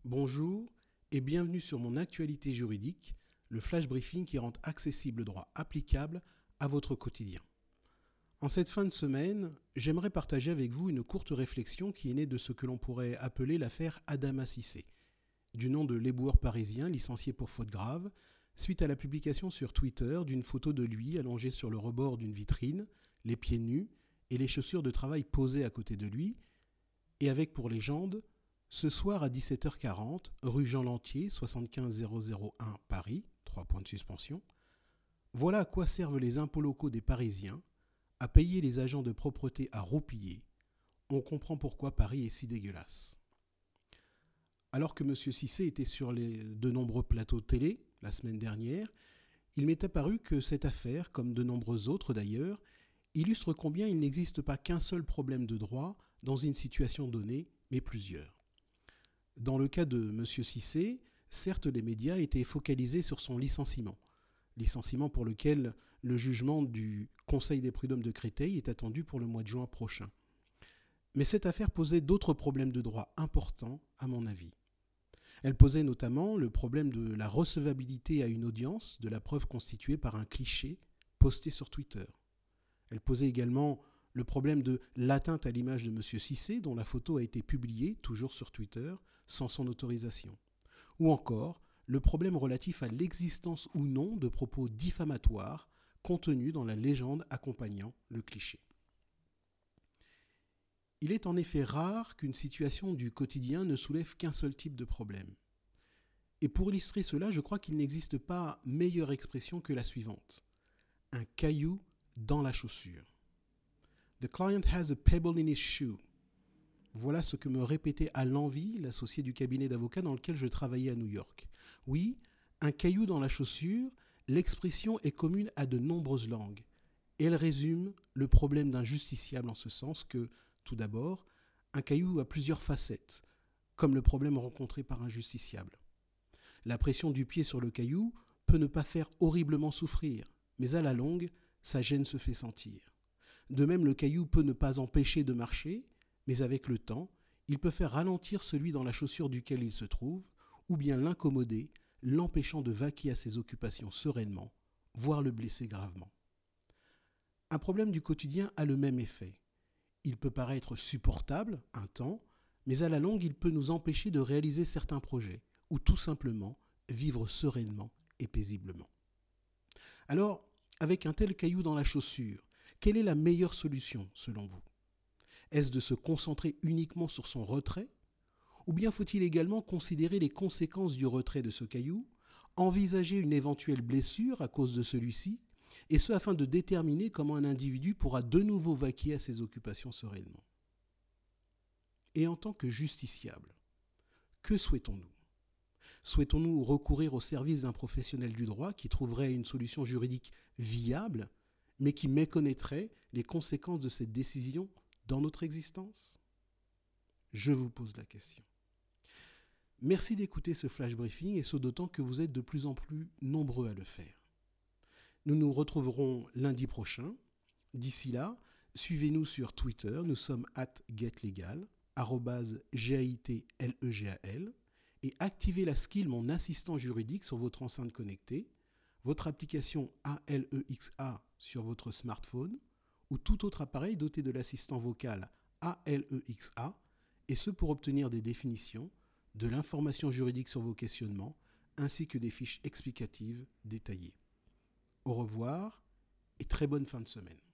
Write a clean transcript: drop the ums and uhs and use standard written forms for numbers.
Bonjour et bienvenue sur mon actualité juridique, le flash briefing qui rend accessible le droit applicable à votre quotidien. En cette fin de semaine, j'aimerais partager avec vous une courte réflexion qui est née de ce que l'on pourrait appeler l'affaire Adama Cissé, du nom de l'éboueur parisien licencié pour faute grave, suite à la publication sur Twitter d'une photo de lui allongé sur le rebord d'une vitrine, les pieds nus et les chaussures de travail posées à côté de lui, et avec pour légende « Ce soir à 17h40, rue Jean Lantier, 75 001 Paris, 3 points de suspension. Voilà à quoi servent les impôts locaux des Parisiens, à payer les agents de propreté à roupiller. On comprend pourquoi Paris est si dégueulasse. » Alors que M. Cissé était sur de nombreux plateaux télé la semaine dernière, il m'est apparu que cette affaire, comme de nombreuses autres d'ailleurs, illustre combien il n'existe pas qu'un seul problème de droit dans une situation donnée, mais plusieurs. Dans le cas de M. Cissé, certes les médias étaient focalisés sur son licenciement pour lequel le jugement du Conseil des prud'hommes de Créteil est attendu pour le mois de juin prochain. Mais cette affaire posait d'autres problèmes de droit importants, à mon avis. Elle posait notamment le problème de la recevabilité à une audience de la preuve constituée par un cliché posté sur Twitter. Elle posait également le problème de l'atteinte à l'image de M. Cissé, dont la photo a été publiée, toujours sur Twitter, sans son autorisation. Ou encore, le problème relatif à l'existence ou non de propos diffamatoires contenus dans la légende accompagnant le cliché. Il est en effet rare qu'une situation du quotidien ne soulève qu'un seul type de problème. Et pour illustrer cela, je crois qu'il n'existe pas meilleure expression que la suivante. Un caillou dans la chaussure. The client has a pebble in his shoe. Voilà ce que me répétait à l'envi l'associé du cabinet d'avocats dans lequel je travaillais à New York. Oui, un caillou dans la chaussure, l'expression est commune à de nombreuses langues. Et elle résume le problème d'un justiciable en ce sens que, tout d'abord, un caillou a plusieurs facettes, comme le problème rencontré par un justiciable. La pression du pied sur le caillou peut ne pas faire horriblement souffrir, mais à la longue, sa gêne se fait sentir. De même, le caillou peut ne pas empêcher de marcher, mais avec le temps, il peut faire ralentir celui dans la chaussure duquel il se trouve, ou bien l'incommoder, l'empêchant de vaquer à ses occupations sereinement, voire le blesser gravement. Un problème du quotidien a le même effet. Il peut paraître supportable un temps, mais à la longue, il peut nous empêcher de réaliser certains projets, ou tout simplement vivre sereinement et paisiblement. Alors, avec un tel caillou dans la chaussure, quelle est la meilleure solution selon vous ? Est-ce de se concentrer uniquement sur son retrait ? Ou bien faut-il également considérer les conséquences du retrait de ce caillou, envisager une éventuelle blessure à cause de celui-ci, et ce afin de déterminer comment un individu pourra de nouveau vaquer à ses occupations sereinement ? Et en tant que justiciable, que souhaitons-nous ? Souhaitons-nous recourir au service d'un professionnel du droit qui trouverait une solution juridique viable, mais qui méconnaîtrait les conséquences de cette décision dans notre existence ? Je vous pose la question. Merci d'écouter ce flash briefing et ce d'autant que vous êtes de plus en plus nombreux à le faire. Nous nous retrouverons lundi prochain. D'ici là, suivez-nous sur Twitter, nous sommes @getlegal, @GAITLEGAL, et activez la skill Mon assistant juridique sur votre enceinte connectée, votre application ALEXA sur votre smartphone ou tout autre appareil doté de l'assistant vocal ALEXA, et ce pour obtenir des définitions, de l'information juridique sur vos questionnements, ainsi que des fiches explicatives détaillées. Au revoir et très bonne fin de semaine.